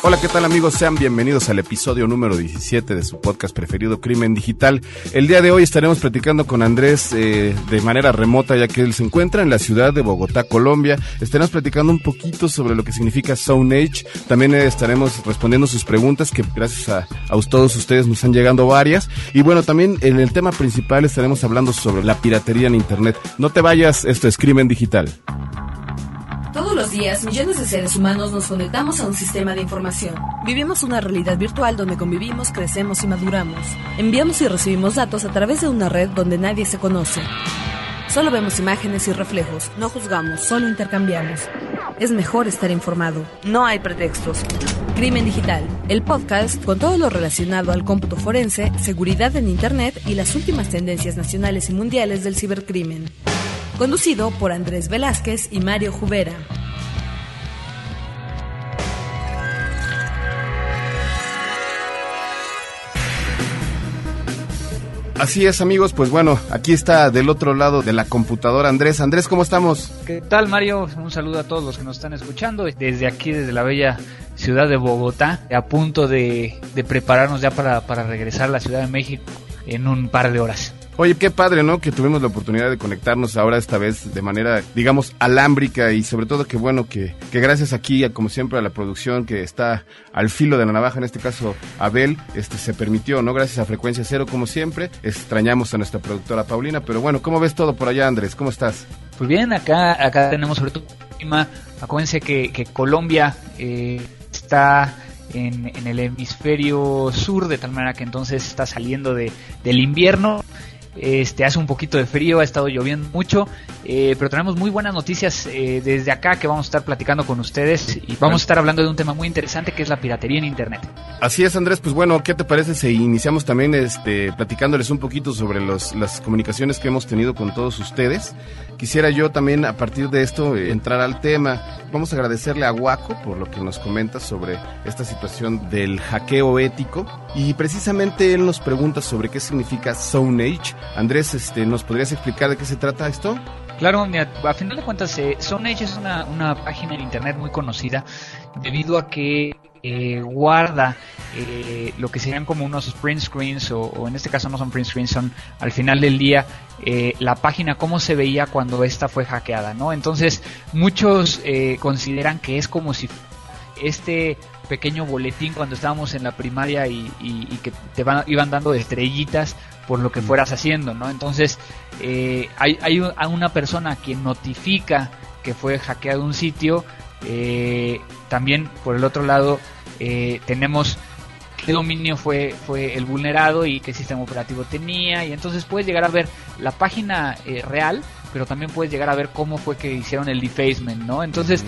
Hola, ¿qué tal amigos? Sean bienvenidos al episodio número 17 de su podcast preferido, Crimen Digital. El día de hoy estaremos platicando con Andrés de manera remota, ya que él se encuentra en la ciudad de Bogotá, Colombia. Estaremos platicando un poquito sobre lo que significa Stone Age. También estaremos respondiendo sus preguntas, que gracias a todos ustedes nos han llegado varias. Y bueno, también en el tema principal estaremos hablando sobre la piratería en Internet. No te vayas, esto es Crimen Digital. Todos los días, millones de seres humanos nos conectamos a un sistema de información. Vivimos una realidad virtual donde convivimos, crecemos y maduramos. Enviamos y recibimos datos a través de una red donde nadie se conoce. Solo vemos imágenes y reflejos, no juzgamos, solo intercambiamos. Es mejor estar informado. No hay pretextos. Crimen Digital, el podcast con todo lo relacionado al cómputo forense, seguridad en Internet y las últimas tendencias nacionales y mundiales del cibercrimen. Conducido por Andrés Velázquez y Mario Jubera. Así es, amigos, pues bueno, aquí está del otro lado de la computadora Andrés. Andrés, ¿cómo estamos? ¿Qué tal, Mario? Un saludo a todos los que nos están escuchando desde aquí, desde la bella ciudad de Bogotá, a punto de prepararnos ya para regresar a la Ciudad de México en un par de horas. Oye, qué padre, ¿no? Que tuvimos la oportunidad de conectarnos ahora esta vez de manera, digamos, alámbrica, y sobre todo que bueno, que gracias aquí, como siempre, a la producción que está al filo de la navaja, en este caso Abel, se permitió, ¿no? Gracias a Frecuencia Cero, como siempre. Extrañamos a nuestra productora Paulina, pero bueno, ¿cómo ves todo por allá, Andrés? ¿Cómo estás? Pues bien, acá tenemos sobre todo clima. Acuérdense que Colombia está en el hemisferio sur, de tal manera que entonces está saliendo del invierno. Hace un poquito de frío, ha estado lloviendo mucho, pero tenemos muy buenas noticias desde acá que vamos a estar platicando con ustedes, y vamos a estar hablando de un tema muy interesante que es la piratería en Internet. Así es, Andrés, pues bueno, ¿qué te parece si iniciamos también platicándoles un poquito sobre las comunicaciones que hemos tenido con todos ustedes? Quisiera yo también, a partir de esto, entrar al tema. Vamos a agradecerle a Waco por lo que nos comenta sobre esta situación del hackeo ético, y precisamente él nos pregunta sobre qué significa Stone Age. Andrés, ¿nos podrías explicar de qué se trata esto? Claro, mira, a final de cuentas, Stone Age es una página en Internet muy conocida debido a que guarda lo que serían como unos print screens, o en este caso no son print screens, son al final del día la página cómo se veía cuando esta fue hackeada, ¿no? Entonces muchos consideran que es como si este pequeño boletín cuando estábamos en la primaria y que iban dando estrellitas por lo que fueras haciendo, ¿no? Entonces hay una persona quien notifica que fue hackeado un sitio. También por el otro lado tenemos qué dominio fue el vulnerado y qué sistema operativo tenía, y entonces puedes llegar a ver la página real, pero también puedes llegar a ver cómo fue que hicieron el defacement, ¿no? Entonces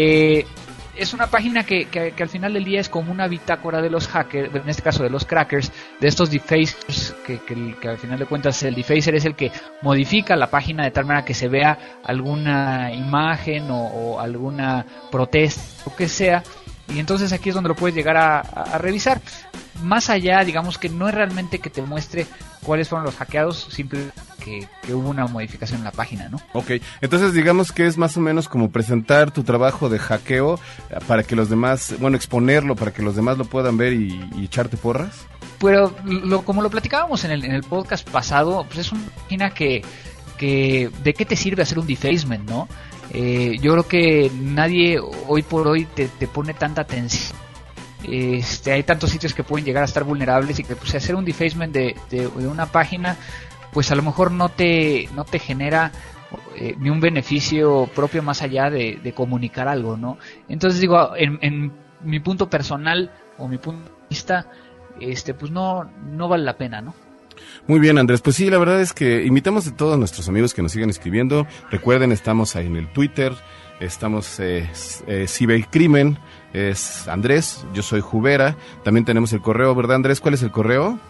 es una página que al final del día es como una bitácora de los hackers, en este caso de los crackers, de estos defacers, que al final de cuentas el defacer es el que modifica la página de tal manera que se vea alguna imagen o alguna protesta, o que sea, y entonces aquí es donde lo puedes llegar a revisar. Más allá, digamos que no es realmente que te muestre cuáles fueron los hackeados, simplemente que hubo una modificación en la página, ¿no? Ok, entonces digamos que es más o menos como presentar tu trabajo de hackeo para que los demás, bueno, exponerlo para que los demás lo puedan ver y echarte porras. Pero como lo platicábamos en el podcast pasado, pues es una página que ¿de qué te sirve hacer un defacement, no? Yo creo que nadie hoy por hoy te pone tanta atención. Hay tantos sitios que pueden llegar a estar vulnerables, y que pues hacer un defacement de una página pues a lo mejor no te genera ni un beneficio propio más allá de comunicar algo, ¿no? Entonces digo, en mi punto personal o mi punto de vista, pues no vale la pena, ¿no? Muy bien, Andrés, pues sí, la verdad es que invitamos a todos nuestros amigos que nos sigan escribiendo. Recuerden, estamos ahí en el Twitter, estamos Cibercrimen, es Andrés, yo soy Jubera, también tenemos el correo, ¿verdad, Andrés? ¿Cuál es el correo?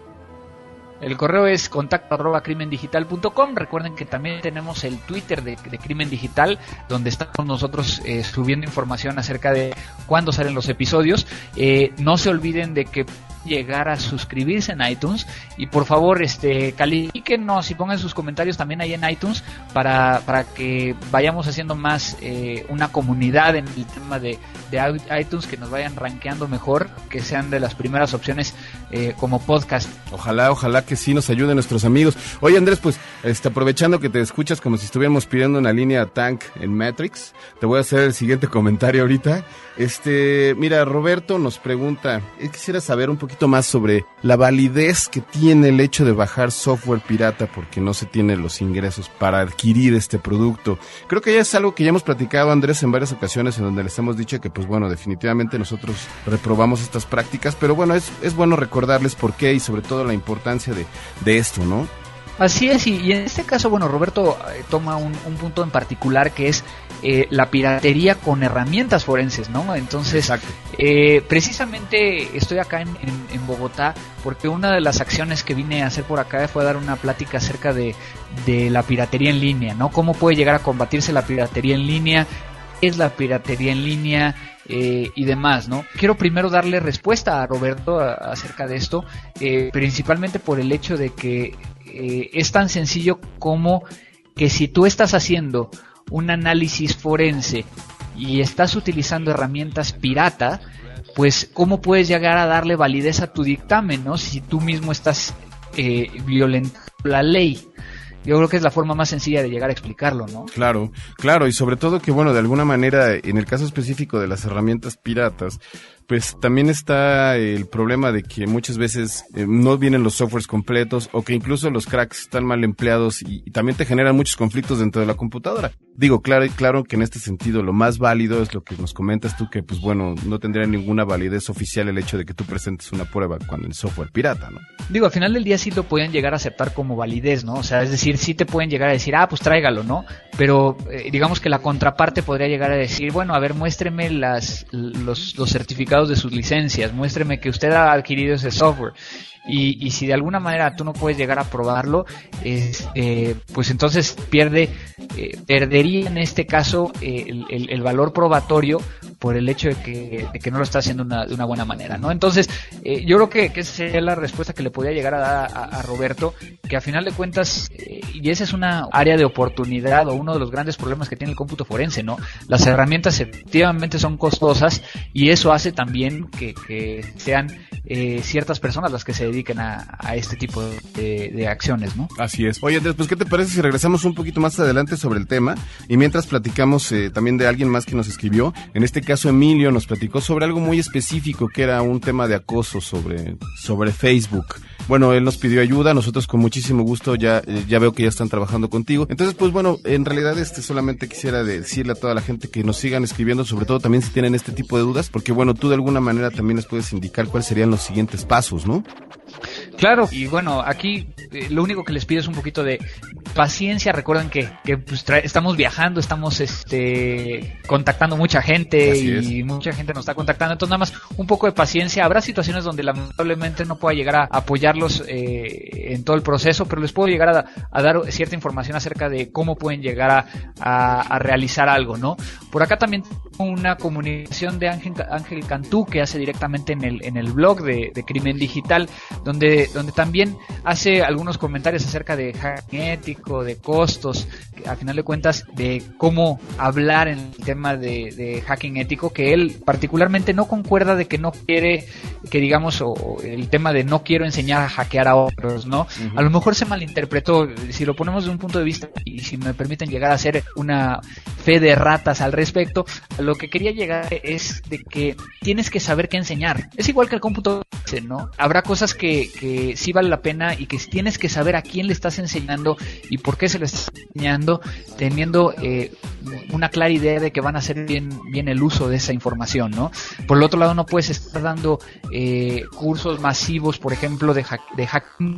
El correo es contacto@crimendigital.com. Recuerden que también tenemos el Twitter de Crimen Digital, donde estamos nosotros subiendo información acerca de cuándo salen los episodios. No se olviden de que llegar a suscribirse en iTunes, y por favor califíquenos y pongan sus comentarios también ahí en iTunes para que vayamos haciendo más una comunidad en el tema de iTunes, que nos vayan rankeando mejor, que sean de las primeras opciones como podcast. Ojalá que sí nos ayuden nuestros amigos. Oye, Andrés, pues aprovechando que te escuchas como si estuviéramos pidiendo una línea Tank en Matrix, te voy a hacer el siguiente comentario ahorita. Mira, Roberto nos pregunta, quisiera saber un poquito más sobre la validez que tiene el hecho de bajar software pirata porque no se tienen los ingresos para adquirir este producto. Creo que ya es algo que ya hemos platicado, Andrés, en varias ocasiones en donde les hemos dicho que, pues bueno, definitivamente nosotros reprobamos estas prácticas, pero bueno, es bueno recordarles por qué y sobre todo la importancia de esto, ¿no? Así es, y en este caso, bueno, Roberto toma un punto en particular que es la piratería con herramientas forenses, ¿no? Entonces, precisamente estoy acá en Bogotá porque una de las acciones que vine a hacer por acá fue a dar una plática acerca de la piratería en línea, ¿no? Cómo puede llegar a combatirse la piratería en línea, qué es la piratería en línea y demás, ¿no? Quiero primero darle respuesta a Roberto acerca de esto, principalmente por el hecho de que es tan sencillo como que si tú estás haciendo un análisis forense y estás utilizando herramientas pirata, pues ¿cómo puedes llegar a darle validez a tu dictamen, ¿no? Si tú mismo estás violentando la ley. Yo creo que es la forma más sencilla de llegar a explicarlo, ¿no? Claro, y sobre todo que, bueno, de alguna manera, en el caso específico de las herramientas piratas, pues también está el problema de que muchas veces no vienen los softwares completos o que incluso los cracks están mal empleados y también te generan muchos conflictos dentro de la computadora. Digo, claro que en este sentido lo más válido es lo que nos comentas tú, que pues bueno, no tendría ninguna validez oficial el hecho de que tú presentes una prueba cuando el software pirata, ¿no? Digo, al final del día sí lo pueden llegar a aceptar como validez, ¿no? O sea, es decir, sí te pueden llegar a decir, pues tráigalo, ¿no? Pero digamos que la contraparte podría llegar a decir, bueno, a ver, muéstreme los certificados de sus licencias, muéstreme que usted ha adquirido ese software. Y si de alguna manera tú no puedes llegar a probarlo, pues entonces perdería en este caso el valor probatorio por el hecho de que no lo está haciendo de una buena manera, ¿no? Entonces, yo creo que esa sería la respuesta que le podría llegar a dar a Roberto, que a final de cuentas, y esa es una área de oportunidad o uno de los grandes problemas que tiene el cómputo forense, ¿no? Las herramientas efectivamente son costosas y eso hace también que sean ciertas personas las que se dediquen a este tipo de acciones, ¿no? Así es. Oye, Andrés, pues ¿qué te parece si regresamos un poquito más adelante sobre el tema? Y mientras platicamos también de alguien más que nos escribió, en este caso Emilio nos platicó sobre algo muy específico que era un tema de acoso sobre Facebook. Bueno, él nos pidió ayuda, nosotros con muchísimo gusto ya veo que ya están trabajando contigo. Entonces, pues bueno, en realidad solamente quisiera decirle a toda la gente que nos sigan escribiendo, sobre todo también si tienen este tipo de dudas, porque bueno, tú de alguna manera también les puedes indicar cuáles serían los siguientes pasos, ¿no? Claro, y bueno, aquí lo único que les pido es un poquito de paciencia. Recuerden que pues, estamos viajando, estamos contactando mucha gente y mucha gente nos está contactando, entonces nada más un poco de paciencia. Habrá situaciones donde lamentablemente no pueda llegar a apoyarlos en todo el proceso, pero les puedo llegar a dar cierta información acerca de cómo pueden llegar a realizar algo, ¿no? Por acá también tengo una comunicación de Ángel Cantú que hace directamente en el blog de Crimen Digital, donde también hace algunos comentarios acerca de hacking ético, de costos, a final de cuentas de cómo hablar en el tema de hacking ético, que él particularmente no concuerda de que no quiere, que digamos, o el tema de no quiero enseñar a hackear a otros, ¿no? Uh-huh. A lo mejor se malinterpretó, si lo ponemos de un punto de vista, y si me permiten llegar a hacer una fe de ratas al respecto, a lo que quería llegar es de que tienes que saber qué enseñar. Es igual que el cómputo, ¿no? Habrá cosas que sí vale la pena y que tienes que saber a quién le estás enseñando y por qué se lo estás enseñando, teniendo una clara idea de que van a hacer bien el uso de esa información, ¿no? Por el otro lado, no puedes estar dando cursos masivos, por ejemplo, de hacking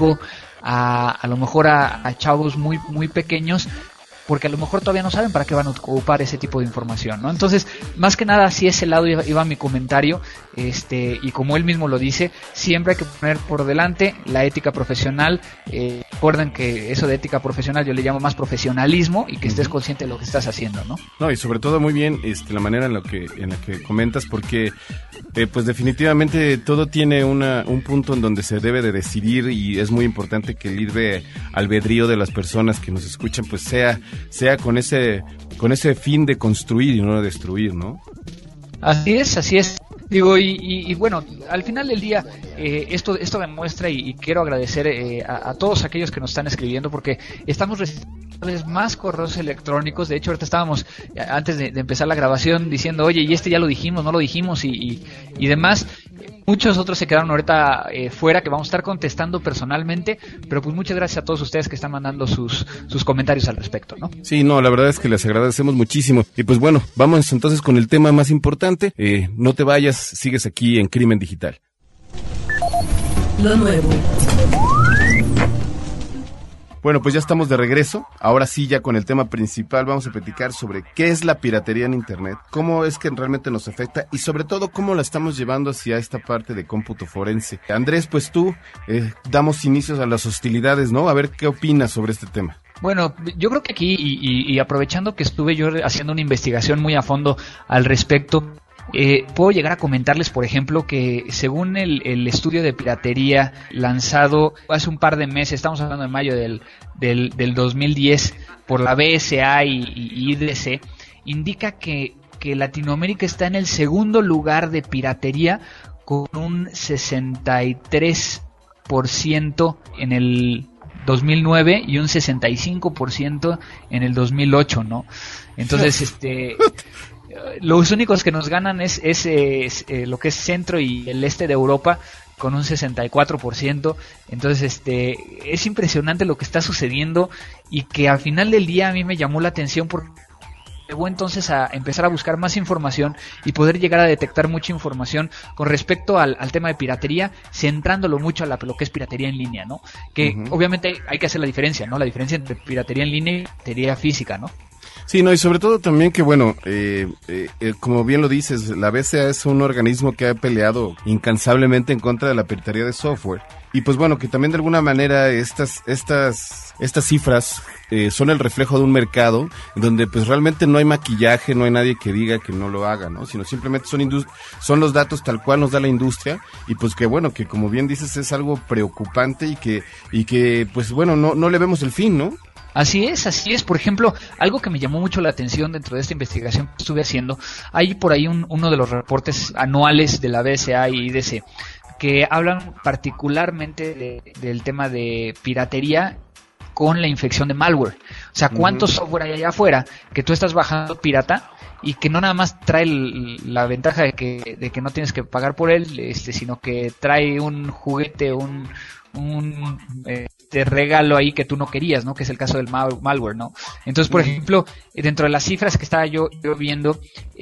a lo mejor a chavos muy, muy pequeños, porque a lo mejor todavía no saben para qué van a ocupar ese tipo de información, ¿no? Entonces, más que nada, si ese lado iba mi comentario, y como él mismo lo dice, siempre hay que poner por delante la ética profesional. Recuerden que eso de ética profesional yo le llamo más profesionalismo y que estés consciente de lo que estás haciendo, ¿no? No, y sobre todo muy bien la manera en la que comentas, porque pues definitivamente todo tiene un punto en donde se debe de decidir y es muy importante que el libre albedrío de las personas que nos escuchan pues sea con ese fin de construir y no de destruir, ¿no? Así es. Digo, y bueno, al final del día, esto demuestra, y quiero agradecer a todos aquellos que nos están escribiendo, porque estamos recibiendo más correos electrónicos. De hecho, ahorita estábamos, antes de empezar la grabación, diciendo, oye, y ya lo dijimos, no lo dijimos, y demás. Muchos otros se quedaron ahorita fuera, que vamos a estar contestando personalmente, pero pues muchas gracias a todos ustedes que están mandando sus comentarios al respecto, ¿no? Sí, no, la verdad es que les agradecemos muchísimo. Y pues bueno, vamos entonces con el tema más importante. No te vayas, sigues aquí en Crimen Digital. Lo nuevo. Bueno, pues ya estamos de regreso. Ahora sí, ya con el tema principal, vamos a platicar sobre qué es la piratería en Internet, cómo es que realmente nos afecta y sobre todo cómo la estamos llevando hacia esta parte de cómputo forense. Andrés, pues tú, damos inicios a las hostilidades, ¿no? A ver qué opinas sobre este tema. Bueno, yo creo que aquí, y aprovechando que estuve yo haciendo una investigación muy a fondo al respecto, puedo llegar a comentarles, por ejemplo, que según el estudio de piratería lanzado hace un par de meses, estamos hablando de mayo del 2010, por la BSA y IDC, indica que Latinoamérica está en el segundo lugar de piratería, con un 63% en el 2009 y un 65% en el 2008, ¿no? Entonces, los únicos que nos ganan es lo que es centro y el este de Europa, con un 64%. Entonces, es impresionante lo que está sucediendo, y que al final del día a mí me llamó la atención, porque luego entonces a empezar a buscar más información y poder llegar a detectar mucha información con respecto al tema de piratería, centrándolo mucho a lo que es piratería en línea, ¿no? Que obviamente hay que hacer la diferencia, ¿no? La diferencia entre piratería en línea y piratería física, ¿no? Sí, no, y sobre todo también que, bueno, como bien lo dices, la BCA es un organismo que ha peleado incansablemente en contra de la piratería de software. Y pues bueno, que también de alguna manera estas cifras son el reflejo de un mercado donde pues realmente no hay maquillaje, no hay nadie que diga que no lo haga, ¿no? Sino simplemente son los datos tal cual nos da la industria, y pues que bueno, que como bien dices es algo preocupante y que pues bueno, no le vemos el fin, ¿no? Así es. Por ejemplo, algo que me llamó mucho la atención dentro de esta investigación que estuve haciendo, hay por ahí uno de los reportes anuales de la BSA y IDC que hablan particularmente del tema de piratería con la infección de malware. O sea, ¿cuánto software hay allá afuera que tú estás bajando pirata y que no nada más trae la ventaja de que no tienes que pagar por él, sino que trae un juguete, un regalo ahí que tú no querías, ¿no? Que es el caso del malware, ¿no? Entonces, por ejemplo, dentro de las cifras que estaba yo viendo,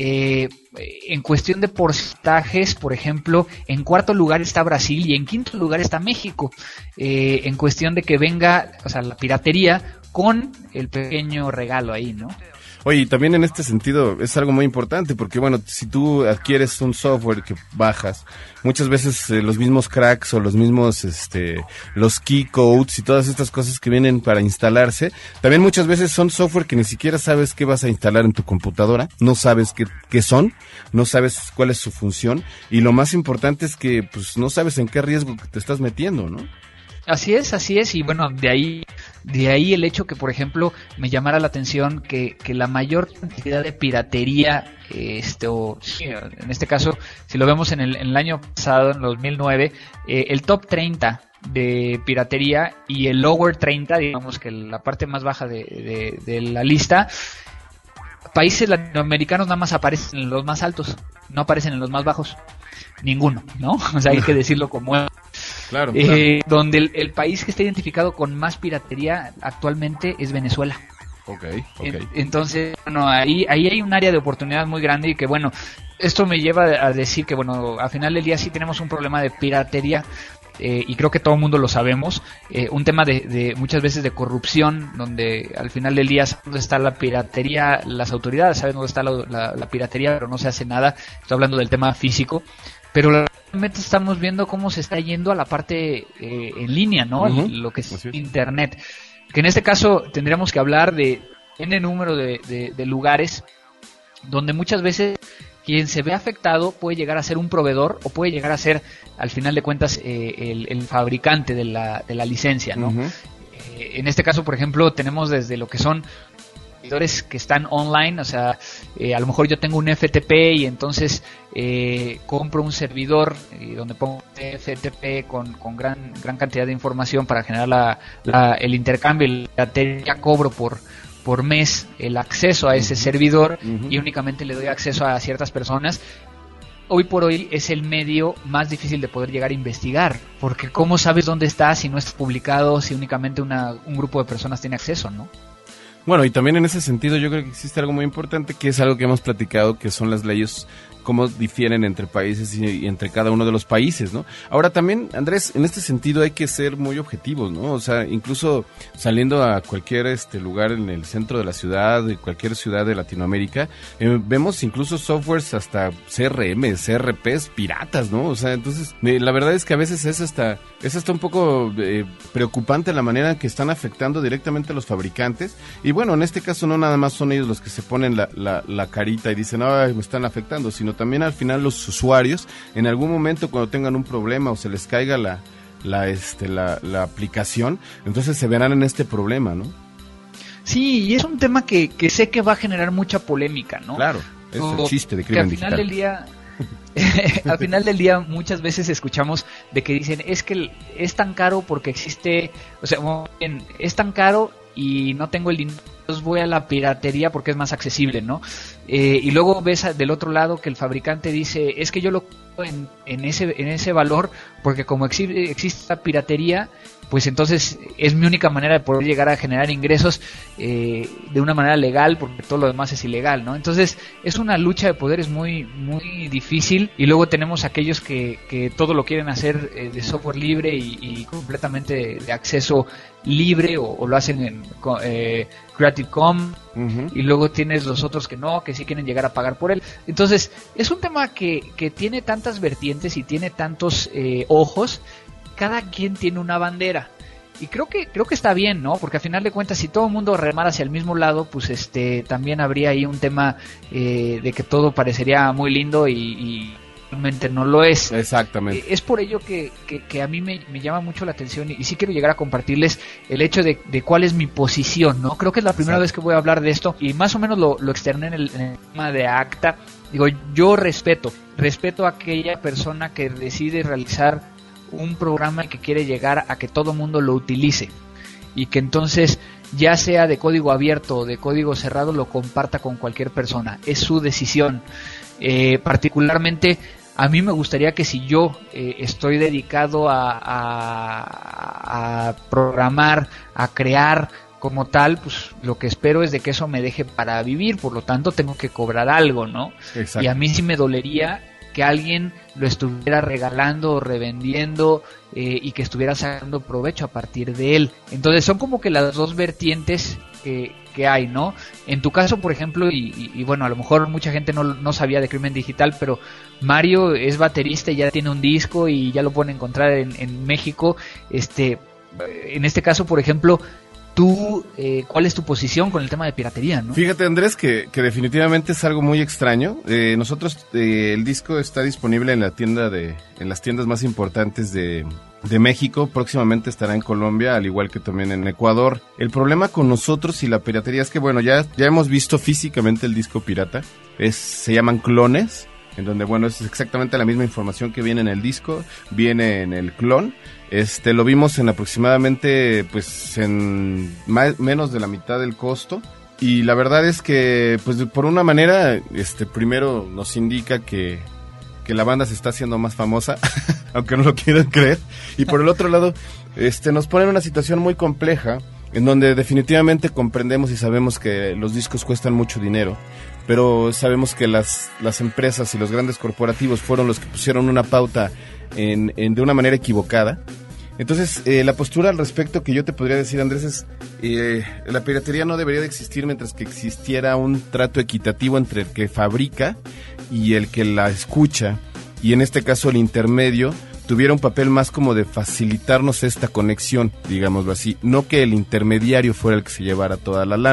en cuestión de porcentajes, por ejemplo, en cuarto lugar está Brasil y en quinto lugar está México, en cuestión de que venga, o sea, la piratería con el pequeño regalo ahí, ¿no? Oye, y también en este sentido es algo muy importante porque, bueno, si tú adquieres un software que bajas, muchas veces los mismos cracks o los mismos, los key codes y todas estas cosas que vienen para instalarse, también muchas veces son software que ni siquiera sabes qué vas a instalar en tu computadora, no sabes qué son, no sabes cuál es su función, y lo más importante es que, pues, no sabes en qué riesgo te estás metiendo, ¿no? Así es, y bueno, de ahí el hecho que, por ejemplo, me llamara la atención que la mayor cantidad de piratería, en este caso, si lo vemos en el año pasado, en 2009, el top 30 de piratería y el lower 30, digamos que la parte más baja de la lista, países latinoamericanos nada más aparecen en los más altos, no aparecen en los más bajos, ninguno, ¿no? O sea, hay que decirlo como es. Claro. Donde el país que está identificado con más piratería actualmente es Venezuela. Okay. Entonces, bueno, ahí hay un área de oportunidad muy grande, y que, bueno, esto me lleva a decir que, bueno, al final del día sí tenemos un problema de piratería, y creo que todo el mundo lo sabemos, un tema de muchas veces de corrupción, donde al final del día saben dónde está la piratería, las autoridades saben dónde está la piratería, pero no se hace nada. Estoy hablando del tema físico, pero realmente estamos viendo cómo se está yendo a la parte en línea, ¿no? Lo que es Internet, que en este caso tendríamos que hablar de N número de lugares donde muchas veces quien se ve afectado puede llegar a ser un proveedor o puede llegar a ser, al final de cuentas, el fabricante de la licencia, ¿no? En este caso, por ejemplo, tenemos desde lo que son servidores que están online, o sea, a lo mejor yo tengo un FTP y entonces compro un servidor donde pongo FTP con gran cantidad de información para generar el intercambio, y ya cobro por mes el acceso a ese servidor y únicamente le doy acceso a ciertas personas. Hoy por hoy es el medio más difícil de poder llegar a investigar, porque ¿cómo sabes dónde está si no está publicado, si únicamente un grupo de personas tiene acceso, ¿no? Bueno, y también en ese sentido yo creo que existe algo muy importante, que es algo que hemos platicado, que son las leyes, cómo difieren entre países y entre cada uno de los países, ¿no? Ahora también, Andrés, en este sentido hay que ser muy objetivos, ¿no? O sea, incluso saliendo a cualquier lugar en el centro de la ciudad, de cualquier ciudad de Latinoamérica, vemos incluso softwares hasta CRM, CRPs piratas, ¿no? O sea, entonces, la verdad es que a veces es hasta un poco preocupante la manera en que están afectando directamente a los fabricantes. Y bueno, en este caso no nada más son ellos los que se ponen la carita y dicen, ay, me están afectando, sino también al final los usuarios, en algún momento cuando tengan un problema o se les caiga la aplicación, entonces se verán en este problema, ¿no? Sí, y es un tema que sé que va a generar mucha polémica, ¿no? Claro, es el chiste de crimen digital. Al final del día muchas veces escuchamos de que dicen, es que es tan caro porque existe, o sea, es tan caro y no tengo el dinero, entonces voy a la piratería porque es más accesible, ¿no? Y luego ves del otro lado que el fabricante dice, es que yo lo pongo en ese valor porque como existe la piratería, pues entonces es mi única manera de poder llegar a generar ingresos de una manera legal, porque todo lo demás es ilegal, ¿no? Entonces es una lucha de poderes muy muy difícil, y luego tenemos aquellos que todo lo quieren hacer de software libre y completamente de acceso libre, o lo hacen en Creative Commons, y luego tienes los otros que no, que sí quieren llegar a pagar por él. Entonces es un tema que tiene tantas vertientes y tiene tantos ojos. Cada quien tiene una bandera, y creo que está bien, ¿no? Porque al final de cuentas, si todo el mundo remara hacia el mismo lado, pues también habría ahí un tema de que todo parecería muy lindo y realmente no lo es. Exactamente. Es por ello que a mí me llama mucho la atención, y sí quiero llegar a compartirles el hecho de cuál es mi posición, ¿no? Creo que es la primera vez que voy a hablar de esto, y más o menos lo externé en el tema de ACTA. Digo, yo respeto a aquella persona que decide realizar un programa que quiere llegar a que todo mundo lo utilice, y que entonces, ya sea de código abierto o de código cerrado, lo comparta con cualquier persona. Es su decisión. Particularmente a mí me gustaría que si yo estoy dedicado a programar, a crear como tal, pues lo que espero es de que eso me deje para vivir, por lo tanto tengo que cobrar algo, ¿no? Exacto. Y a mí sí me dolería que alguien lo estuviera regalando o revendiendo y que estuviera sacando provecho a partir de él. Entonces son como que las dos vertientes que hay, ¿no? En tu caso, por ejemplo, y bueno, a lo mejor mucha gente no sabía de Crimen Digital, pero Mario es baterista y ya tiene un disco y ya lo pueden encontrar en México. En este caso, por ejemplo, tú, ¿cuál es tu posición con el tema de piratería, no? Fíjate, Andrés, que definitivamente es algo muy extraño. Nosotros, el disco está disponible en las tiendas más importantes de México. Próximamente estará en Colombia, al igual que también en Ecuador. El problema con nosotros y la piratería es que, bueno, ya hemos visto físicamente el disco pirata. se llaman clones, en donde, bueno, es exactamente la misma información que viene en el disco, viene en el clon. Lo vimos en aproximadamente, pues, en menos de la mitad del costo. Y la verdad es que, pues, por una manera, primero nos indica que la banda se está haciendo más famosa, aunque no lo quieran creer. Y por el otro lado, nos pone en una situación muy compleja, en donde definitivamente comprendemos y sabemos que los discos cuestan mucho dinero, pero sabemos que las empresas y los grandes corporativos fueron los que pusieron una pauta de una manera equivocada. Entonces, la postura al respecto que yo te podría decir, Andrés, es la piratería no debería de existir mientras que existiera un trato equitativo entre el que fabrica y el que la escucha, y en este caso el intermedio tuviera un papel más como de facilitarnos esta conexión, digámoslo así, no que el intermediario fuera el que se llevara toda la lana.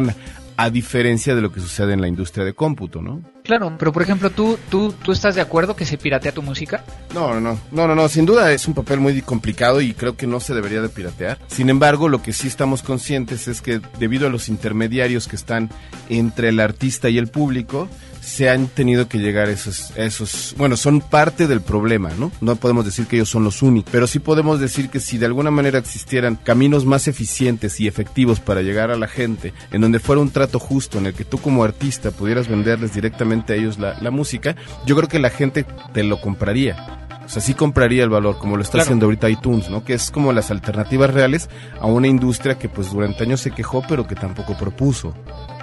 a diferencia de lo que sucede en la industria de cómputo, ¿no? Claro, pero por ejemplo, ¿tú estás de acuerdo que se piratea tu música? No, sin duda es un papel muy complicado y creo que no se debería de piratear. Sin embargo, lo que sí estamos conscientes es que debido a los intermediarios que están entre el artista y el público, se han tenido que llegar esos, bueno, son parte del problema, ¿no? No podemos decir que ellos son los únicos, pero sí podemos decir que si de alguna manera existieran caminos más eficientes y efectivos para llegar a la gente, en donde fuera un trato justo, en el que tú como artista pudieras venderles directamente a ellos la música, yo creo que la gente te lo compraría. O sea, sí compraría el valor, como lo está haciendo ahorita iTunes, ¿no? Que es como las alternativas reales a una industria que pues durante años se quejó, pero que tampoco propuso.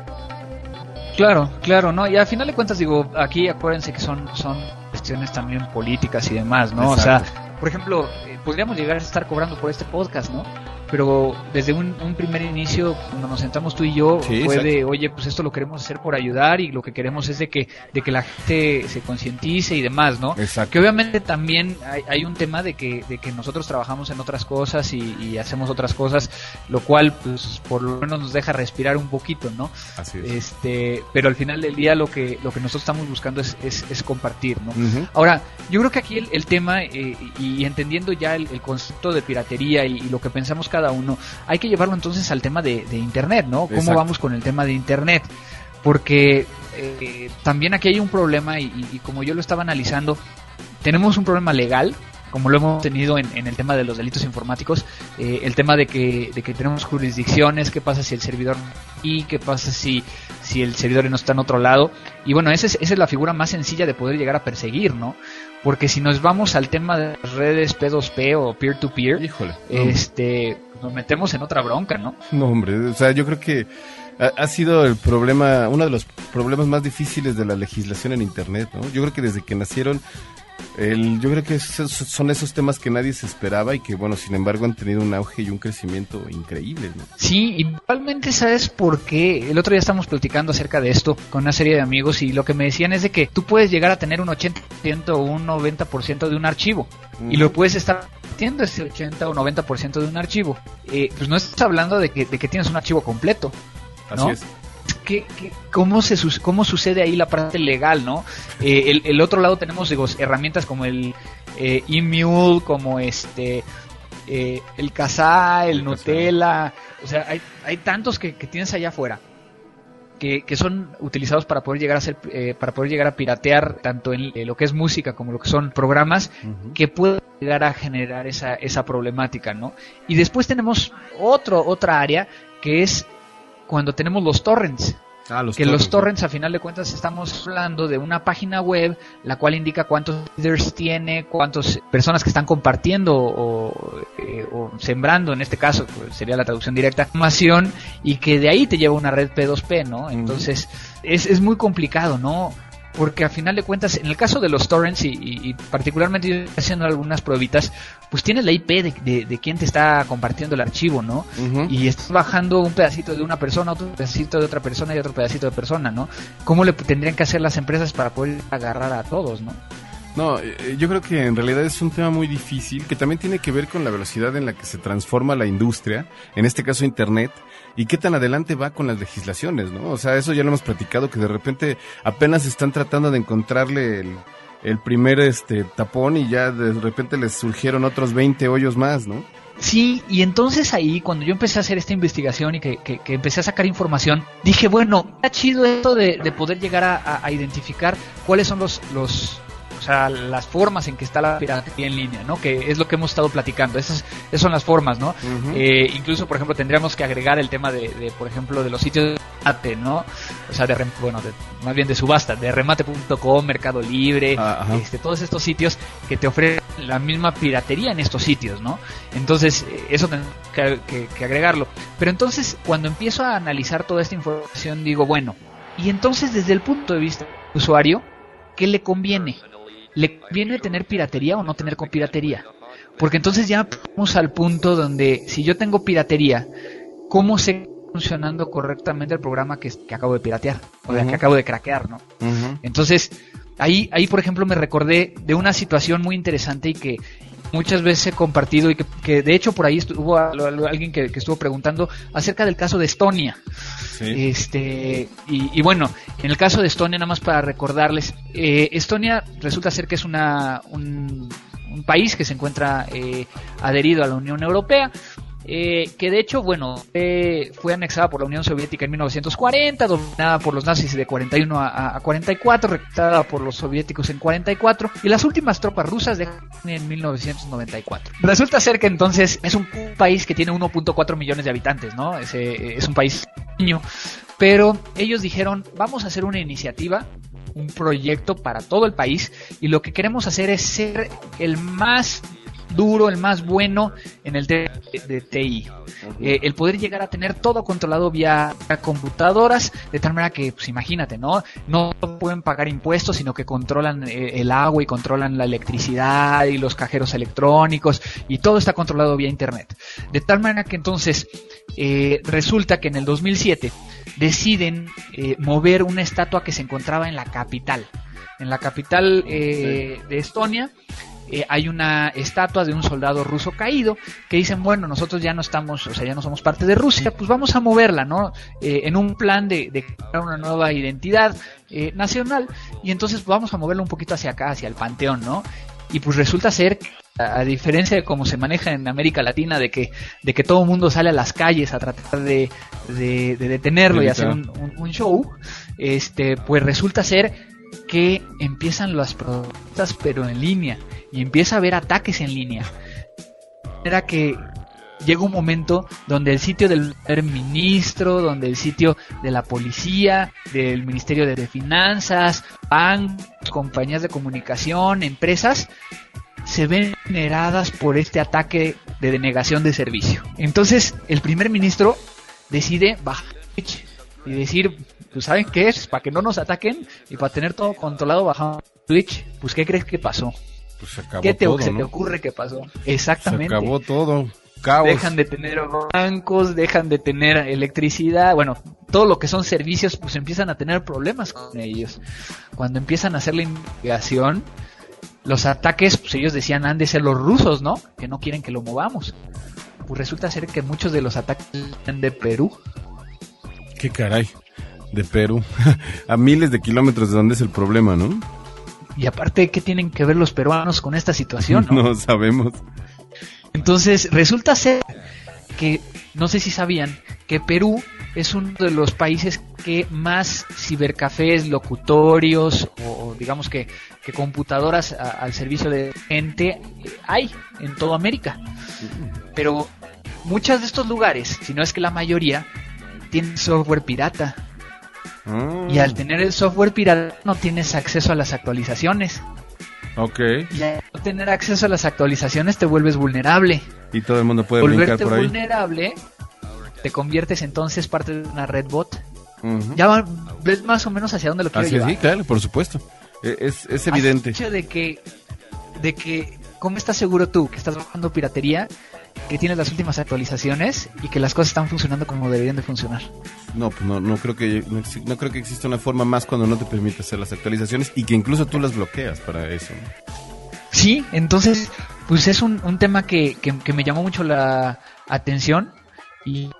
Claro, ¿no? Y al final de cuentas, digo, aquí acuérdense que son cuestiones también políticas y demás, ¿no? Exacto. O sea, por ejemplo, podríamos llegar a estar cobrando por este podcast, ¿no? Pero desde un primer inicio, cuando nos sentamos tú y yo, sí, fue exacto. de, oye, pues esto lo queremos hacer por ayudar y lo que queremos es de que la gente se concientice y demás, ¿no? Exacto. Que obviamente también hay un tema de que nosotros trabajamos en otras cosas y hacemos otras cosas, lo cual, pues, por lo menos nos deja respirar un poquito, ¿no? Así es. Pero al final del día lo que nosotros estamos buscando es compartir, ¿no? Uh-huh. Ahora, yo creo que aquí el tema, y entendiendo ya el concepto de piratería y lo que pensamos cada uno, hay que llevarlo entonces al tema de internet, ¿no? ¿Cómo Exacto. vamos con el tema de internet? Porque también aquí hay un problema y como yo lo estaba analizando, tenemos un problema legal, como lo hemos tenido en el tema de los delitos informáticos, el tema de que tenemos jurisdicciones, qué pasa si el servidor y qué pasa si el servidor no está en otro lado, y bueno, esa es la figura más sencilla de poder llegar a perseguir, ¿no? Porque si nos vamos al tema de las redes P2P o peer-to-peer, Híjole. nos metemos en otra bronca, ¿no? No, hombre, o sea, yo creo que ha sido el problema, uno de los problemas más difíciles de la legislación en Internet, ¿no? Yo creo que desde que nacieron, yo creo que son esos temas que nadie se esperaba y que, bueno, sin embargo han tenido un auge y un crecimiento increíble, ¿no? Sí, igualmente, ¿sabes por qué? El otro día estamos platicando acerca de esto con una serie de amigos y lo que me decían es de que tú puedes llegar a tener un 80% o un 90% de un archivo y lo puedes estar teniendo ese 80 o 90% de un archivo. Pues no estás hablando de que tienes un archivo completo, ¿no? Así es. ¿Cómo sucede ahí la parte legal, no? El otro lado tenemos, digo, herramientas como el eMule, como el Kazaa, el Gnutella, o sea, hay tantos que tienes allá afuera que son utilizados para poder llegar a ser, para poder llegar a piratear tanto en lo que es música como lo que son programas, uh-huh, que pueden llegar a generar esa problemática, ¿no? Y después tenemos otra área que es cuando tenemos los torrents. Los torrents, a final de cuentas, estamos hablando de una página web la cual indica cuántos readers tiene, cuántas personas que están compartiendo o sembrando, en este caso pues sería la traducción directa, información, y que de ahí te lleva una red P2P, ¿no? Entonces es muy complicado, ¿no? Porque a final de cuentas, en el caso de los torrents y particularmente yo haciendo algunas pruebitas, pues tienes la IP de quién te está compartiendo el archivo, ¿no? Uh-huh. Y estás bajando un pedacito de una persona, otro pedacito de otra persona y otro pedacito de persona, ¿no? ¿Cómo le tendrían que hacer las empresas para poder agarrar a todos, no? No, yo creo que en realidad es un tema muy difícil, que también tiene que ver con la velocidad en la que se transforma la industria, en este caso Internet, y qué tan adelante va con las legislaciones, ¿no? O sea, eso ya lo hemos platicado, que de repente apenas están tratando de encontrarle el primer tapón y ya de repente les surgieron otros 20 hoyos más, ¿no? Sí, y entonces ahí, cuando yo empecé a hacer esta investigación y que empecé a sacar información, dije, bueno, está chido esto de poder llegar a identificar cuáles son o sea, las formas en que está la piratería en línea, ¿no? Que es lo que hemos estado platicando. Esas son las formas, ¿no? Uh-huh. Incluso, por ejemplo, tendríamos que agregar el tema de por ejemplo, de los sitios de remate, ¿no? O sea, más bien de subasta, de remate.com, Mercado Libre, todos estos sitios que te ofrecen la misma piratería en estos sitios, ¿no? Entonces, eso tengo que agregarlo. Pero entonces, cuando empiezo a analizar toda esta información, digo, bueno, y entonces desde el punto de vista del usuario, ¿qué le conviene? ¿Le conviene tener piratería o no tener con piratería? Porque entonces ya vamos al punto donde si yo tengo piratería, ¿cómo sé que está funcionando correctamente el programa que acabo de piratear? O sea, que acabo de craquear, ¿no? Uh-huh. Entonces, ahí por ejemplo me recordé de una situación muy interesante y que muchas veces he compartido y que de hecho por ahí hubo alguien que estuvo preguntando acerca del caso de Estonia. Sí. Y bueno, en el caso de Estonia, nada más para recordarles, Estonia resulta ser que es un país que se encuentra adherido a la Unión Europea. Que de hecho, bueno, fue anexada por la Unión Soviética en 1940, dominada por los nazis de 41 a 44, reclutada por los soviéticos en 44, y las últimas tropas rusas dejan en 1994. Resulta ser que entonces es un país que tiene 1.4 millones de habitantes, ¿no? Es un país pequeño, pero ellos dijeron, vamos a hacer una iniciativa, un proyecto para todo el país, y lo que queremos hacer es ser el más duro, el más bueno en el tema de TI. El poder llegar a tener todo controlado vía computadoras, de tal manera que, pues imagínate, ¿no? No pueden pagar impuestos, sino que controlan el agua y controlan la electricidad y los cajeros electrónicos, y todo está controlado vía internet. De tal manera que entonces resulta que en el 2007 deciden mover una estatua que se encontraba en la capital. En la capital de Estonia. Hay una estatua de un soldado ruso caído que dicen, bueno, nosotros ya no estamos, o sea, ya no somos parte de Rusia, pues vamos a moverla, ¿no? En un plan de crear una nueva identidad nacional, y entonces vamos a moverla un poquito hacia acá, hacia el Panteón, ¿no? Y pues resulta ser, a diferencia de cómo se maneja en América Latina, de que todo el mundo sale a las calles a tratar de detenerlo y hacer un show, pues resulta ser que empiezan las protestas pero en línea, y empieza a haber ataques en línea. Era que llega un momento donde el sitio del primer ministro, donde el sitio de la policía, del Ministerio de Finanzas, bancos, compañías de comunicación, empresas, se ven generadas por este ataque de denegación de servicio. Entonces el primer ministro decide bajar Twitch y decir, pues ¿saben qué es? Para que no nos ataquen y para tener todo controlado bajando Twitch. Pues ¿qué crees que pasó? Pues se acabó ¿Qué todo, se ¿no? te ocurre que pasó? Exactamente. Se acabó todo. Caos. Dejan de tener bancos, dejan de tener electricidad, bueno, todo lo que son servicios, pues empiezan a tener problemas con ellos. Cuando empiezan a hacer la investigación, los ataques, pues ellos decían, han de ser los rusos, ¿no? Que no quieren que lo movamos. Pues resulta ser que muchos de los ataques vienen de Perú. Qué caray, de Perú. A miles de kilómetros de donde es el problema, ¿no? Y aparte, ¿qué tienen que ver los peruanos con esta situación, no? No sabemos. Entonces, resulta ser que, no sé si sabían, que Perú es uno de los países que más cibercafés, locutorios o digamos que computadoras al servicio de gente hay en toda América. Pero muchos de estos lugares, si no es que la mayoría, tienen software pirata. Y al tener el software pirata no tienes acceso a las actualizaciones. Ok. Y al no tener acceso a las actualizaciones te vuelves vulnerable. Y todo el mundo puede brincar por ahí. Volverte vulnerable, te conviertes entonces parte de una red bot. Ya ves más o menos hacia dónde lo quiero llevar. Sí, claro, por supuesto. Es evidente. El hecho de que ¿cómo estás seguro tú que estás bajando piratería, que tienes las últimas actualizaciones y que las cosas están funcionando como deberían de funcionar? No, pues no creo que exista una forma más cuando no te permite hacer las actualizaciones y que incluso tú las bloqueas para eso. Sí, entonces pues es un tema que me llamó mucho la atención y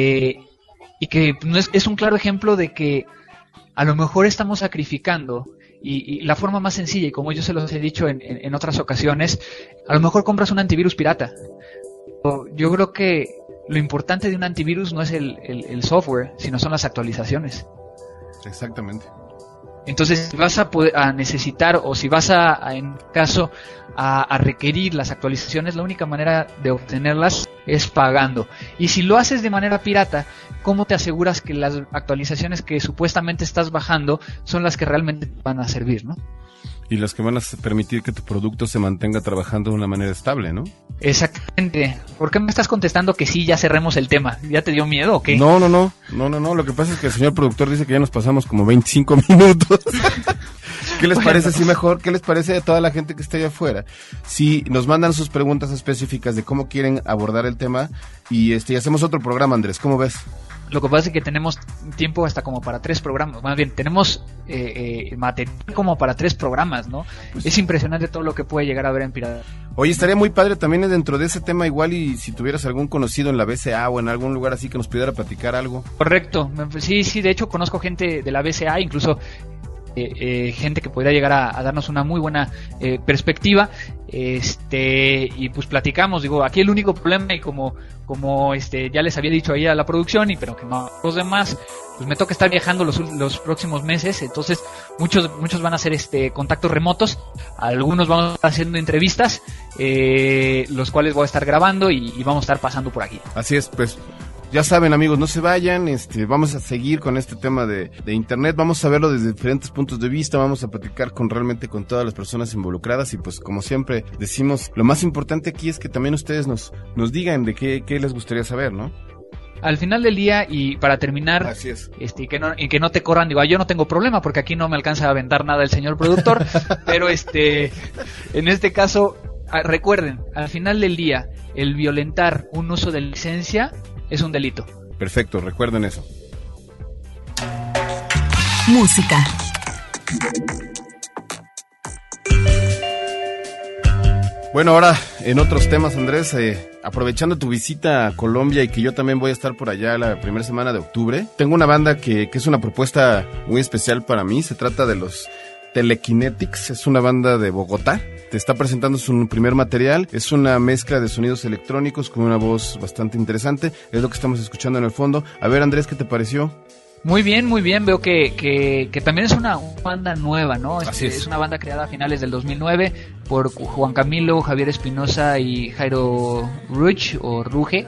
que es un claro ejemplo de que a lo mejor estamos sacrificando y la forma más sencilla, y como yo se los he dicho en otras ocasiones, a lo mejor compras un antivirus pirata. Yo creo que lo importante de un antivirus no es el software, sino son las actualizaciones. Exactamente. Entonces, si vas a necesitar, o si vas en caso a requerir las actualizaciones, la única manera de obtenerlas es pagando. Y si lo haces de manera pirata, ¿cómo te aseguras que las actualizaciones que supuestamente estás bajando son las que realmente te van a servir, no? Y las que van a permitir que tu producto se mantenga trabajando de una manera estable, ¿no? Exactamente. ¿Por qué me estás contestando que sí, ya cerremos el tema? ¿Ya te dio miedo o qué? No. Lo que pasa es que el señor productor dice que ya nos pasamos como 25 minutos. ¿Qué les parece así mejor? ¿Qué les parece a toda la gente que está allá afuera? Si nos mandan sus preguntas específicas de cómo quieren abordar el tema y hacemos otro programa, Andrés, ¿cómo ves? Lo que pasa es que tenemos tiempo hasta como para 3 programas, más bien, tenemos material como para 3 programas, ¿no? Pues es impresionante todo lo que puede llegar a ver en Pirata. Oye, estaría muy padre también dentro de ese tema, igual, y si tuvieras algún conocido en la BCA o en algún lugar así que nos pudiera platicar algo. Correcto, sí, de hecho conozco gente de la BCA, incluso gente que podría llegar a darnos una muy buena perspectiva, y pues platicamos. Digo, aquí el único problema, y como ya les había dicho ahí a la producción, pero que no los demás, pues me toca estar viajando los próximos meses, entonces muchos van a hacer contactos remotos, algunos vamos a estar haciendo entrevistas, los cuales voy a estar grabando y vamos a estar pasando por aquí. Así es, pues. Ya saben, amigos, no se vayan, vamos a seguir con este tema de internet, vamos a verlo desde diferentes puntos de vista, vamos a platicar realmente con todas las personas involucradas, y pues como siempre decimos, lo más importante aquí es que también ustedes nos digan de qué les gustaría saber, ¿no? Al final del día, y para terminar, así es. Y que no te corran, digo, yo no tengo problema porque aquí no me alcanza a aventar nada el señor productor, pero en este caso, recuerden, al final del día, el violentar un uso de licencia es un delito. Perfecto, recuerden eso. Música. Bueno, ahora en otros temas, Andrés, aprovechando tu visita a Colombia y que yo también voy a estar por allá la primera semana de octubre, tengo una banda que es una propuesta muy especial para mí. Se trata de los Telekinetics, es una banda de Bogotá. Te está presentando su primer material, es una mezcla de sonidos electrónicos con una voz bastante interesante, es lo que estamos escuchando en el fondo. A ver, Andrés, ¿qué te pareció? Muy bien, veo que también es una banda nueva, ¿no? Así es. Es una banda creada a finales del 2009 por Juan Camilo, Javier Espinosa y Jairo Ruge,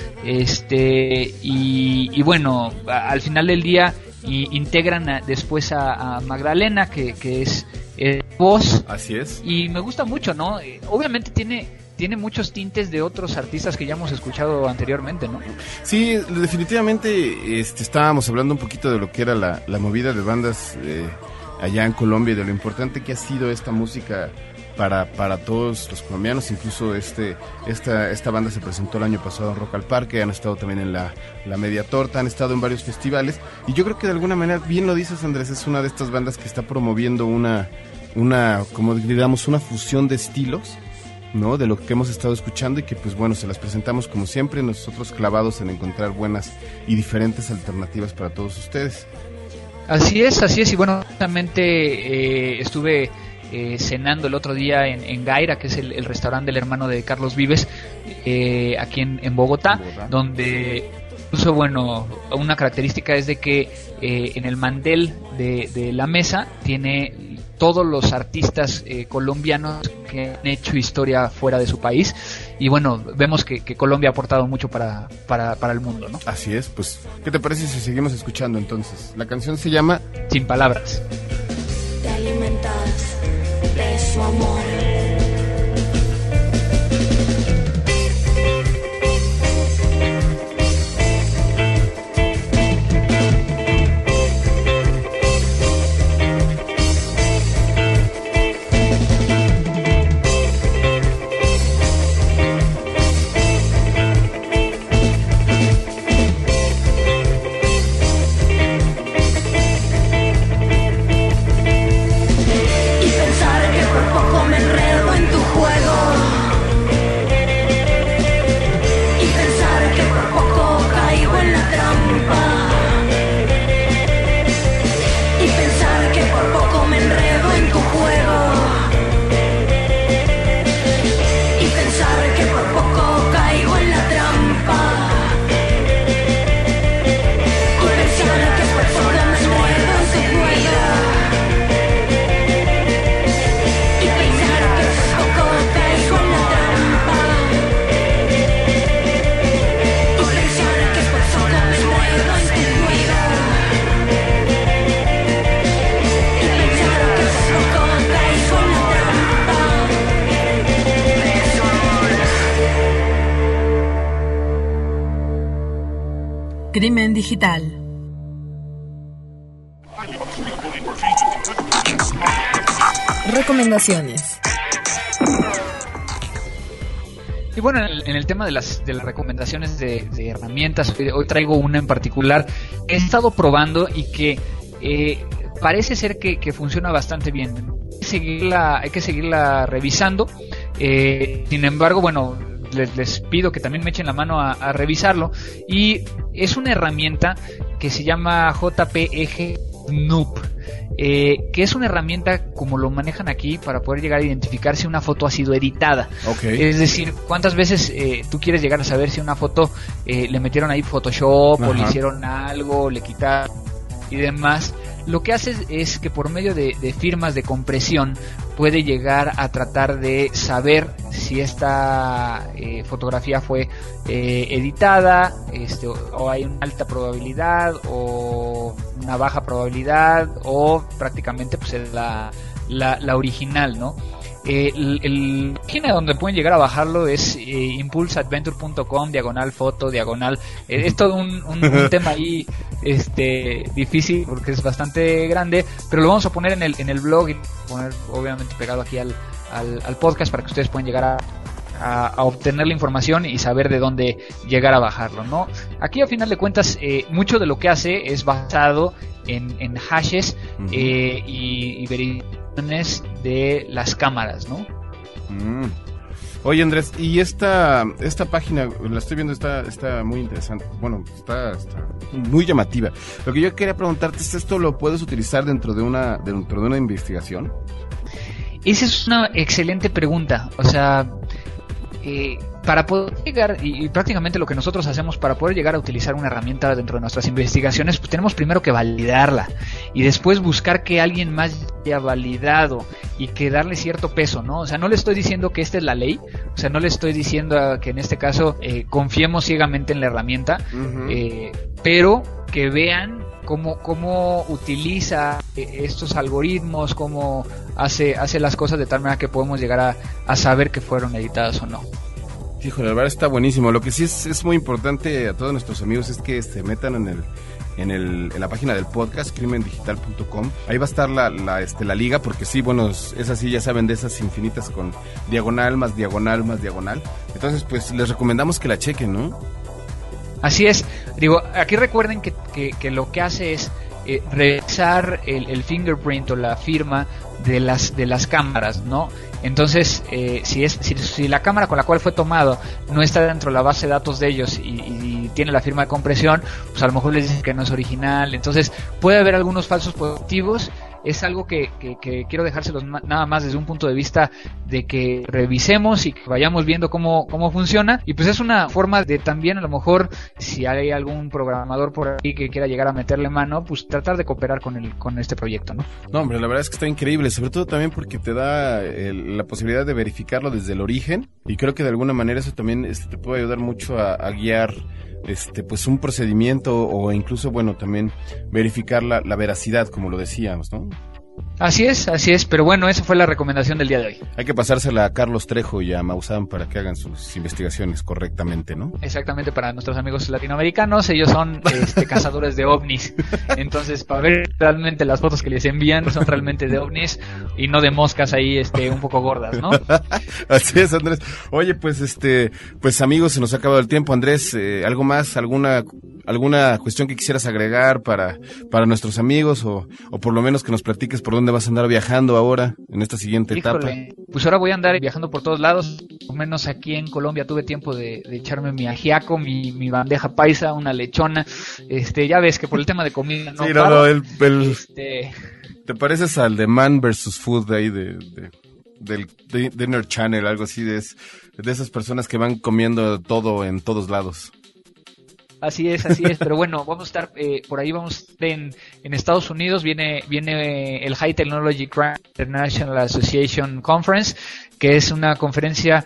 y bueno, al final del día integran después a Magdalena, que es voz. Así es. Y me gusta mucho, ¿no? Obviamente tiene muchos tintes de otros artistas que ya hemos escuchado anteriormente, ¿no? Sí, definitivamente estábamos hablando un poquito de lo que era la movida de bandas allá en Colombia y de lo importante que ha sido esta música para todos los colombianos. Incluso esta banda se presentó el año pasado en Rock al Parque, han estado también en la Media Torta, han estado en varios festivales, y yo creo que de alguna manera, bien lo dices, Andrés, es una de estas bandas que está promoviendo una como digamos, una fusión de estilos, ¿no? De lo que hemos estado escuchando, y que pues bueno, se las presentamos como siempre, nosotros clavados en encontrar buenas y diferentes alternativas para todos ustedes. Así es, y bueno, justamente estuve cenando el otro día en Gaira, que es el restaurante del hermano de Carlos Vives, aquí en Bogotá, donde incluso, bueno, una característica es de que en el mantel de la mesa tiene todos los artistas colombianos que han hecho historia fuera de su país, y bueno, vemos que Colombia ha aportado mucho para el mundo, ¿no? Así es, pues, ¿qué te parece si seguimos escuchando entonces? La canción se llama Sin Palabras. Te alimentas de su amor. Crimen Digital. Recomendaciones. Y bueno, en el tema de las recomendaciones de herramientas, hoy traigo una en particular que he estado probando y que parece ser que funciona bastante bien. Hay que seguirla revisando. Sin embargo, bueno, les pido que también me echen la mano a revisarlo. Y es una herramienta que se llama JPEG Snoop. Que es una herramienta, como lo manejan aquí, para poder llegar a identificar si una foto ha sido editada. Okay. Es decir, cuántas veces tú quieres llegar a saber si una foto le metieron ahí Photoshop, o le hicieron algo, le quitaron y demás. Lo que hace es que por medio de firmas de compresión puede llegar a tratar de saber si esta fotografía fue editada, o hay una alta probabilidad o una baja probabilidad, o prácticamente pues es la original, ¿no? La página donde pueden llegar a bajarlo es impulseadventure.com/foto/. Es todo un tema ahí difícil porque es bastante grande, pero lo vamos a poner en el blog y poner obviamente pegado aquí al podcast para que ustedes puedan llegar a obtener la información y saber de dónde llegar a bajarlo, ¿no? Aquí a final de cuentas mucho de lo que hace es basado en hashes y verificaciones de las cámaras, ¿no? Oye, Andrés, y esta página, la estoy viendo, está muy interesante. Bueno, está muy llamativa. Lo que yo quería preguntarte es, ¿esto lo puedes utilizar dentro de una investigación? Esa es una excelente pregunta. O sea, para poder llegar, y prácticamente lo que nosotros hacemos para poder llegar a utilizar una herramienta dentro de nuestras investigaciones, pues tenemos primero que validarla y después buscar que alguien más haya validado y que darle cierto peso, ¿no? O sea, no le estoy diciendo que esta es la ley, o sea, no le estoy diciendo que en este caso confiemos ciegamente en la herramienta, pero que vean cómo utiliza estos algoritmos, cómo hace las cosas de tal manera que podemos llegar a saber que fueron editadas o no. Híjole, la verdad está buenísimo. Lo que sí es muy importante a todos nuestros amigos es que se metan en la página del podcast, crimendigital.com. Ahí va a estar la liga, porque sí, bueno, es así, ya saben, de esas infinitas con diagonal, más diagonal, más diagonal. Entonces, pues les recomendamos que la chequen, ¿no? Así es. Digo, aquí recuerden que lo que hace es revisar el fingerprint o la firma de las cámaras, ¿no? Entonces, si la cámara con la cual fue tomado no está dentro de la base de datos de ellos y tiene la firma de compresión, pues a lo mejor les dicen que no es original. Entonces, puede haber algunos falsos positivos. Es algo que quiero dejárselos nada más desde un punto de vista de que revisemos y que vayamos viendo cómo funciona, y pues es una forma de también, a lo mejor si hay algún programador por ahí que quiera llegar a meterle mano, pues tratar de cooperar con este proyecto, ¿no? No, hombre, la verdad es que está increíble, sobre todo también porque te da la posibilidad de verificarlo desde el origen, y creo que de alguna manera eso también te puede ayudar mucho a guiar pues un procedimiento, o incluso, bueno, también verificar la veracidad, como lo decíamos, ¿no? Así es, pero bueno, esa fue la recomendación del día de hoy. Hay que pasársela a Carlos Trejo y a Maussan para que hagan sus investigaciones correctamente, ¿no? Exactamente, para nuestros amigos latinoamericanos, ellos son cazadores de ovnis. Entonces, para ver realmente las fotos que les envían son realmente de ovnis y no de moscas ahí un poco gordas, ¿no? Así es, Andrés. Oye, pues pues amigos, se nos ha acabado el tiempo. Andrés, ¿algo más? ¿Alguna cuestión que quisieras agregar para nuestros amigos, o por lo menos que nos platiques por dónde vas a andar viajando ahora en esta siguiente etapa? Pues ahora voy a andar viajando por todos lados. Por lo menos aquí en Colombia tuve tiempo de echarme mi ajiaco, mi bandeja paisa, una lechona. Ya ves que por el tema de comida no. Sí, ¿te pareces al de Man vs. Food de ahí del Dinner Channel, algo así, de esas personas que van comiendo todo en todos lados? Así es, pero bueno, vamos a estar por ahí, vamos a estar en Estados Unidos, viene el High Technology Crime International Association Conference, que es una conferencia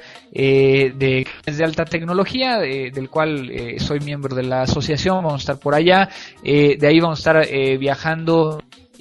de alta tecnología, del cual soy miembro de la asociación. Vamos a estar por allá, de ahí vamos a estar viajando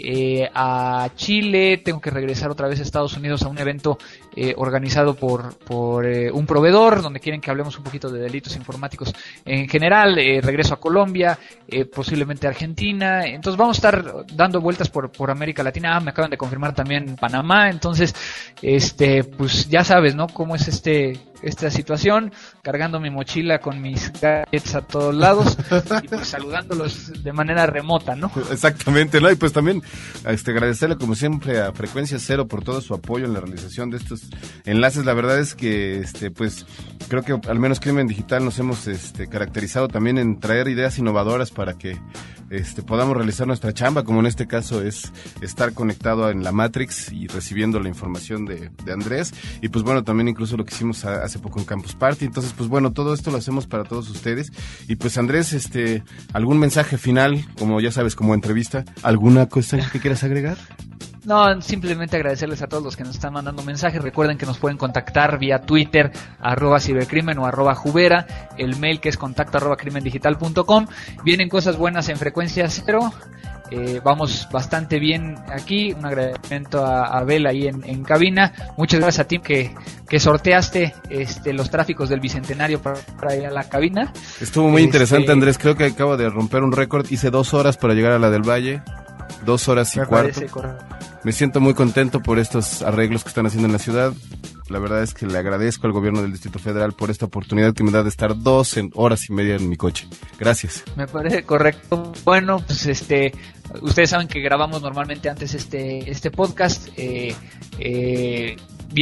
a Chile. Tengo que regresar otra vez a Estados Unidos a un evento organizado por un proveedor, donde quieren que hablemos un poquito de delitos informáticos en general. Regreso a Colombia, posiblemente a Argentina. Entonces vamos a estar dando vueltas por América Latina. Me acaban de confirmar también Panamá. Entonces, pues ya sabes, ¿no? Cómo es esta situación, cargando mi mochila con mis gadgets a todos lados y pues saludándolos de manera remota, ¿no? Exactamente, ¿no? Y pues también agradecerle como siempre a Frecuencia Cero por todo su apoyo en la realización de estos enlaces. La verdad es que pues creo que al menos Crimen Digital nos hemos caracterizado también en traer ideas innovadoras para que podamos realizar nuestra chamba, como en este caso es estar conectado en la Matrix y recibiendo la información de Andrés, y pues bueno, también incluso lo que hicimos hace poco en Campus Party. Entonces pues bueno, todo esto lo hacemos para todos ustedes. Y pues Andrés, algún mensaje final, como ya sabes, como entrevista, ¿alguna cosa que quieras agregar? No, simplemente agradecerles a todos los que nos están mandando mensajes. Recuerden que nos pueden contactar vía Twitter, @cibercrimen o @jubera, el mail que es contacto@crimendigital.com. Vienen cosas buenas en Frecuencia Cero. Vamos bastante bien aquí. Un agradecimiento a Abel ahí en cabina. Muchas gracias a ti que sorteaste los tráficos del Bicentenario para ir a la cabina. Estuvo muy interesante, Andrés. Creo que acabo de romper un récord. Hice 2 horas para llegar a la del Valle. 2 horas y cuarto. Me siento muy contento por estos arreglos que están haciendo en la ciudad. La verdad es que le agradezco al gobierno del Distrito Federal por esta oportunidad que me da de estar 2 horas y media en mi coche. Gracias. Me parece correcto. Bueno, pues ustedes saben que grabamos normalmente antes este podcast. Viene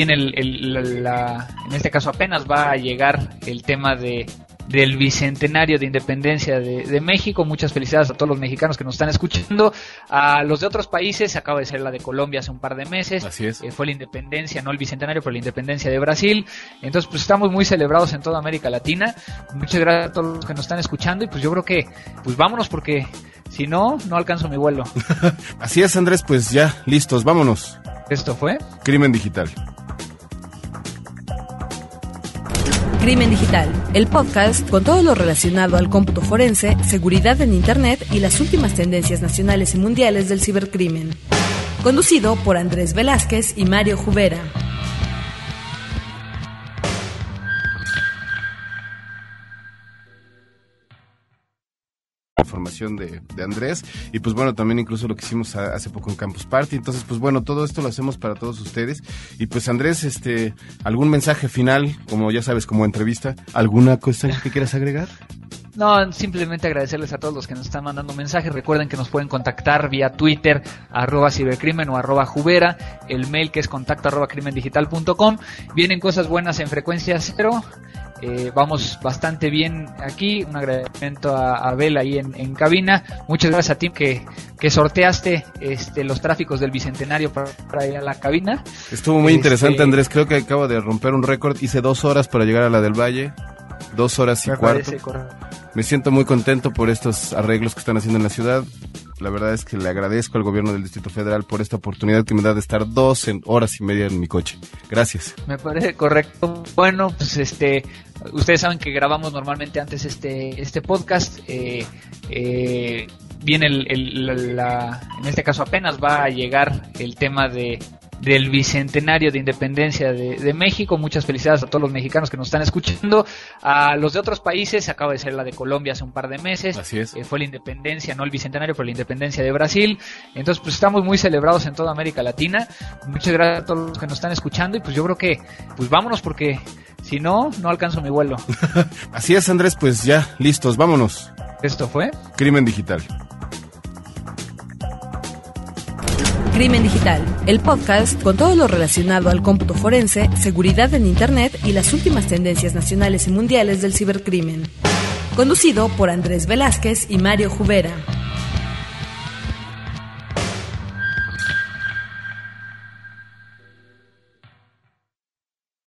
en este caso apenas va a llegar el tema del Bicentenario de Independencia de México. Muchas felicidades a todos los mexicanos que nos están escuchando. A los de otros países, acaba de ser la de Colombia hace un par de meses. Así es. Fue la independencia, no el Bicentenario, pero la independencia de Brasil. Entonces, pues estamos muy celebrados en toda América Latina. Muchas gracias a todos los que nos están escuchando. Y pues yo creo que, pues vámonos, porque si no alcanzo mi vuelo. Así es, Andrés, pues ya, listos, vámonos. Esto fue Crimen Digital. Crimen Digital, el podcast con todo lo relacionado al cómputo forense, seguridad en Internet y las últimas tendencias nacionales y mundiales del cibercrimen. Conducido por Andrés Velázquez y Mario Jubera. Información de Andrés, y pues bueno, también incluso lo que hicimos hace poco en Campus Party. Entonces pues bueno, todo esto lo hacemos para todos ustedes. Y pues Andrés, algún mensaje final, como ya sabes, como entrevista, ¿alguna cosa que quieras agregar? No, simplemente agradecerles a todos los que nos están mandando mensajes. Recuerden que nos pueden contactar vía Twitter, @cibercrimen o @jubera, el mail que es contacto@crimendigital.com. Vienen cosas buenas en Frecuencia Cero. Vamos bastante bien aquí. Un agradecimiento a Abel ahí en cabina. Muchas gracias a ti que sorteaste los tráficos del Bicentenario para ir a la cabina. Estuvo muy interesante, Andrés. Creo que acabo de romper un récord. Hice 2 horas para llegar a la del Valle. 2 horas y cuarto. Me siento muy contento por estos arreglos que están haciendo en la ciudad. La verdad es que le agradezco al gobierno del Distrito Federal por esta oportunidad que me da de estar 2 horas y media en mi coche. Gracias. Me parece correcto. Bueno, pues ustedes saben que grabamos normalmente antes este podcast. Viene en este caso apenas va a llegar el tema del Bicentenario de Independencia de México. Muchas felicidades a todos los mexicanos que nos están escuchando. A los de otros países, acaba de ser la de Colombia hace un par de meses. Así es. Fue la independencia, no el Bicentenario, pero la independencia de Brasil. Entonces, pues estamos muy celebrados en toda América Latina. Muchas gracias a todos los que nos están escuchando. Y pues yo creo que, pues vámonos, porque si no alcanzo mi vuelo. Así es, Andrés, pues ya, listos, vámonos. Esto fue Crimen Digital. Crimen Digital, el podcast con todo lo relacionado al cómputo forense, seguridad en Internet y las últimas tendencias nacionales y mundiales del cibercrimen. Conducido por Andrés Velázquez y Mario Jubera.